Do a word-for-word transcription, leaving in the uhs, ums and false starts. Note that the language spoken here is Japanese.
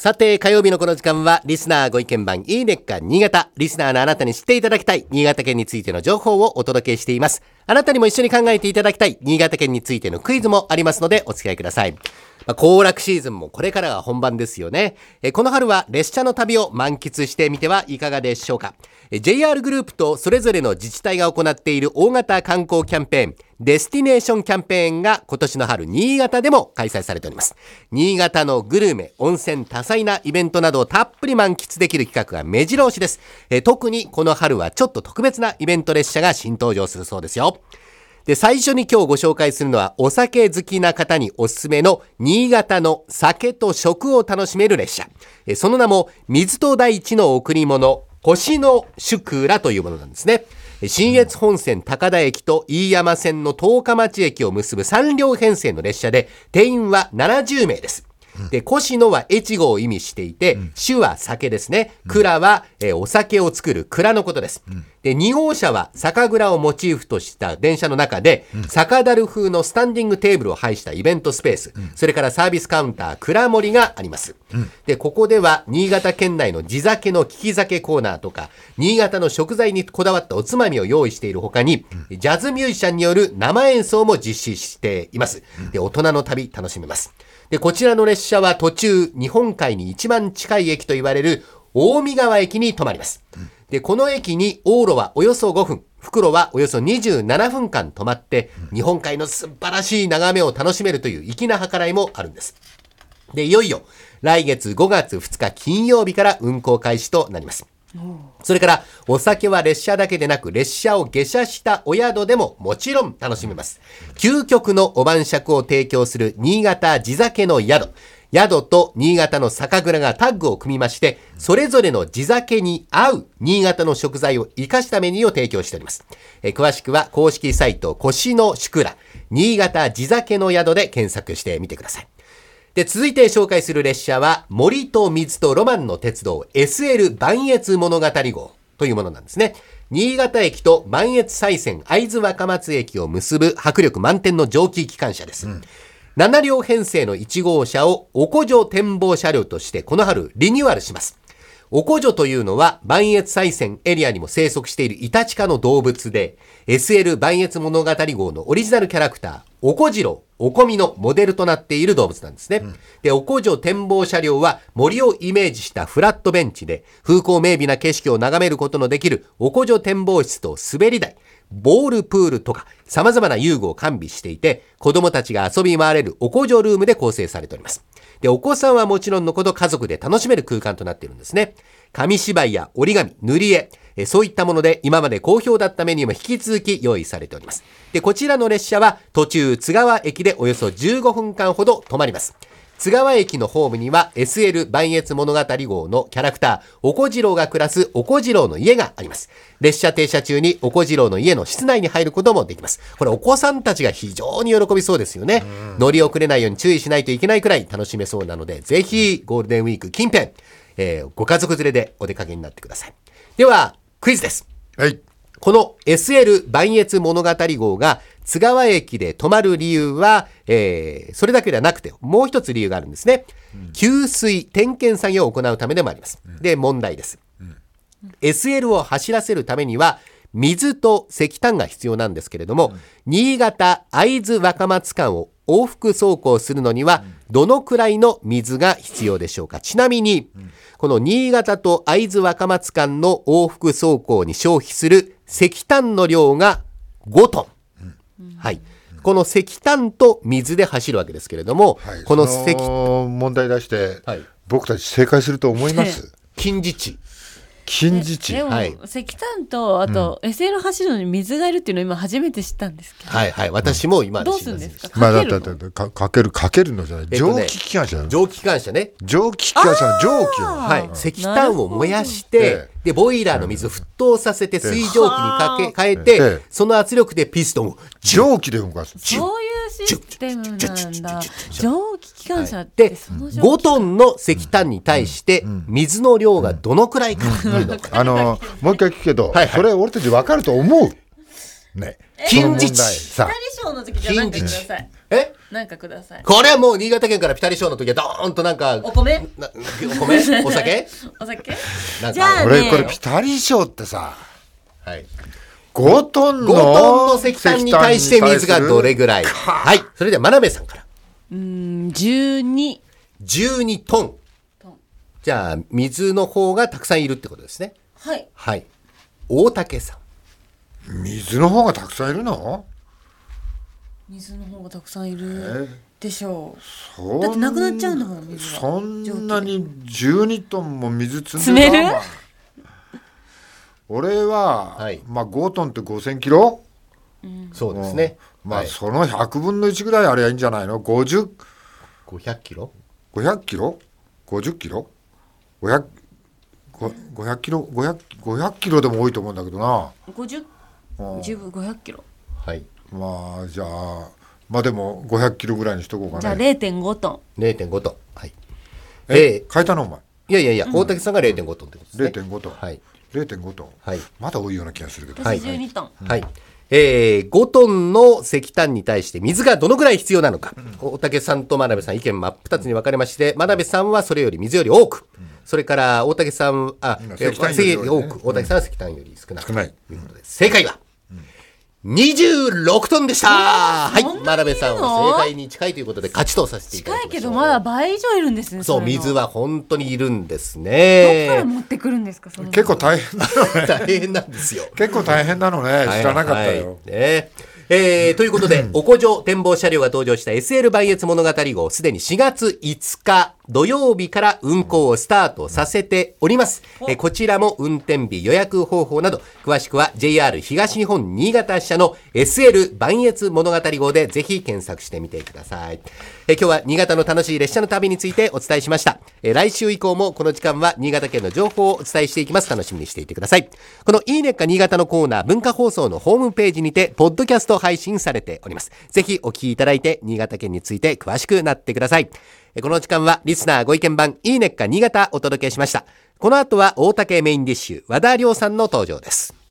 さて火曜日のこの時間はリスナーご意見番いいねっか新潟。リスナーのあなたに知っていただきたい新潟県についての情報をお届けしています。あなたにも一緒に考えていただきたい新潟県についてのクイズもありますのでお付き合いください。まあ、行楽シーズンもこれからが本番ですよね。えこの春は列車の旅を満喫してみてはいかがでしょうか。え ジェイアール グループとそれぞれの自治体が行っている大型観光キャンペーンデスティネーションキャンペーンが今年の春新潟でも開催されております。新潟のグルメ、温泉、多彩なイベントなどをたっぷり満喫できる企画が目白押しです。え特にこの春はちょっと特別なイベント列車が新登場するそうですよ。で、最初に今日ご紹介するのはお酒好きな方におすすめの新潟の酒と食を楽しめる列車。えその名も水と大地の贈り物、星のシュクーラというものなんですね。信越本線高田駅と飯山線の十日町駅を結ぶさん両編成の列車で定員はななじゅうめいです。で、越野は越後を意味していて、酒は酒ですね。蔵は、えー、お酒を作る蔵のことです。で、に号車は酒蔵をモチーフとした電車の中で、酒樽風のスタンディングテーブルを配したイベントスペース、それからサービスカウンター蔵盛りがあります。で、ここでは新潟県内の地酒の利き酒コーナーとか、新潟の食材にこだわったおつまみを用意している他に、ジャズミュージシャンによる生演奏も実施しています。で、大人の旅楽しめます。で、こちらの列車は途中、日本海に一番近い駅と言われる大見川駅に停まります。で、この駅に往路はおよそごふん、復路はおよそにじゅうななふんかん止まって、日本海の素晴らしい眺めを楽しめるという粋な計らいもあるんです。で、いよいよ来月ごがつふつか金曜日から運行開始となります。それからお酒は列車だけでなく列車を下車したお宿でももちろん楽しめます。究極のお晩酌を提供する新潟地酒の宿。宿と新潟の酒蔵がタッグを組みまして、それぞれの地酒に合う新潟の食材を生かしたメニューを提供しております。え詳しくは公式サイト越野シュクラ新潟地酒の宿で検索してみてください。で、続いて紹介する列車は森と水とロマンの鉄道 エスエル 磐越物語号というものなんですね。新潟駅と磐越西線会津若松駅を結ぶ迫力満点の蒸気機関車です。うん、なな両編成のいち号車をおこじょ展望車両としてこの春リニューアルします。おこじょというのは磐越西線エリアにも生息しているイタチ科の動物で エスエル 磐越物語号のオリジナルキャラクターおこじろう、おこみのモデルとなっている動物なんですね。うん、で、おこじょ展望車両は森をイメージしたフラットベンチで風光明媚な景色を眺めることのできるおこじょ展望室と滑り台、ボールプールとか様々な遊具を完備していて、子供たちが遊び回れるおこじょルームで構成されております。で、お子さんはもちろんのこと家族で楽しめる空間となっているんですね。紙芝居や折り紙、塗り絵、えそういったもので今まで好評だったメニューも引き続き用意されております。で、こちらの列車は途中津川駅でおよそじゅうごふんかんほど止まります。津川駅のホームには エスエル 磐越物語号のキャラクターおこじろうが暮らすおこじろうの家があります。列車停車中におこじろうの家の室内に入ることもできます。これお子さんたちが非常に喜びそうですよね。乗り遅れないように注意しないといけないくらい楽しめそうなので、ぜひゴールデンウィーク近辺、えー、ご家族連れでお出かけになってください。ではクイズです。 はい。 この エスエル 磐越物語号が津川駅で止まる理由は、えー、それだけではなくてもう一つ理由があるんですね。うん、給水点検作業を行うためでもあります。うん、で、問題です。うん、エスエル を走らせるためには水と石炭が必要なんですけれども、うん、新潟会津若松間を往復走行するのにはどのくらいの水が必要でしょうか。ちなみに、うん、この新潟と会津若松間の往復走行に消費する石炭の量がごトン、うん、はい、この石炭と水で走るわけですけれども、 はい、 この石炭問題出して、はい、僕たち正解すると思います。 近似値近似値。 でも、はい、石炭とあと、うん、エスエル 走るのに水がいるっていうのを今初めて知ったんですけど、 はいはい、私も今どうするんですか。 まあ、だだだかかけるかけるのじゃない、えっとね、蒸気機関車、 蒸気機関車ね、 蒸気機関車の蒸気を、 はい、石炭を燃やしてでボイラーの水を沸騰させて水蒸気にかけ変えて、その圧力でピストンを蒸気で動かす。 そういうシステムなんだ。蒸気機関車ってその蒸気、 ごトンの石炭に対して水の量がどのくらいかというの、 あのもう一回聞くけど、はいはい、それ俺たち分かると思うね。 近似値さ、ピタリ賞の時じゃなくてください。 えなんかください。 これはもう新潟県からピタリ賞の時はドーンとなんか、 お米なお米お酒お酒なんかじゃあね俺これピタリ賞ってさ、 はい。 ごトンのごトンの石炭に対して水がどれぐらい。はい。それでは真鍋さんから。 うーん、じゅうに。 じゅうにトン。 トンじゃあ、水の方がたくさんいるってことですね。 はい。 はい。大竹さん。 水の方がたくさんいるの？ 水の方がたくさんいるでしょそんう。だってなくなっちゃうんだから、水が。 そんなにじゅうにトンも水積ん積めるでたの？俺は、 はいまあごトンってごせんキロ、 そうですね。 まあ、 はい、 そのひゃくぶんのいちぐらいあればいいんじゃないの？ ごじゅう、 ごひゃくキロごひゃくキロ ?ごじゅっキロ ?ごひゃく、ごひゃくキロ、ごひゃく、ごひゃくキロでも多いと思うんだけどな。 ごじゅう、十分ごひゃくキロ。 はい。 まあ、じゃあ、まあでもごひゃくキロぐらいにしとこうかね。 じゃあ れいてんごトン。 れいてんごトン。はい。 え、 え変えたのお前。 いやいやいや、大竹さんが れいてんごトンってことですね。 れいてんごトン。 はい。 れいてんごトン。 はい。 まだ多いような気がするけど。 はい私じゅうにトン。 はい。えー、ごトンの石炭に対して水がどのくらい必要なのか。大竹さんと真鍋さん意見真っ二つに分かれまして、真鍋さんはそれより水より多く。それから大竹さん、あ、 うんえー石炭より多いね多く。大竹さんは石炭より少なく。 少ない。 ということで、正解は、にじゅうろくトンでした。はい。 そんなにいるの真鍋さんは正解に近いということで勝ちとさせていただきましょう。 近いけどまだ倍以上いるんですね。 そう、 れの水は本当にいるんですどっからね。 持ってくるんですか、その結構大変なのね。 大変なんですよ。 結構大変なのね。知らなかったはいよ。 はいねえーということで、お古城展望車両が登場した エスエル 磐越物語号、すでにしがついつか土曜日から運行をスタートさせております。えーこちらも運転日、予約方法など、詳しくは ジェイアール 東日本新潟支社の エスエル 磐越物語号でぜひ検索してみてください。えー今日は新潟の楽しい列車の旅についてお伝えしました。えー来週以降もこの時間は新潟県の情報をお伝えしていきます。楽しみにしていてください。このいいねっか新潟のコーナー、文化放送のホームページにて、ポッドキャスト配信されております。ぜひお聞きいただいて、新潟県について詳しくなってください。えーこの時間はリスナーご意見番、いいねっか新潟お届けしました。この後は大竹メインディッシュ、和田亮さんの登場です。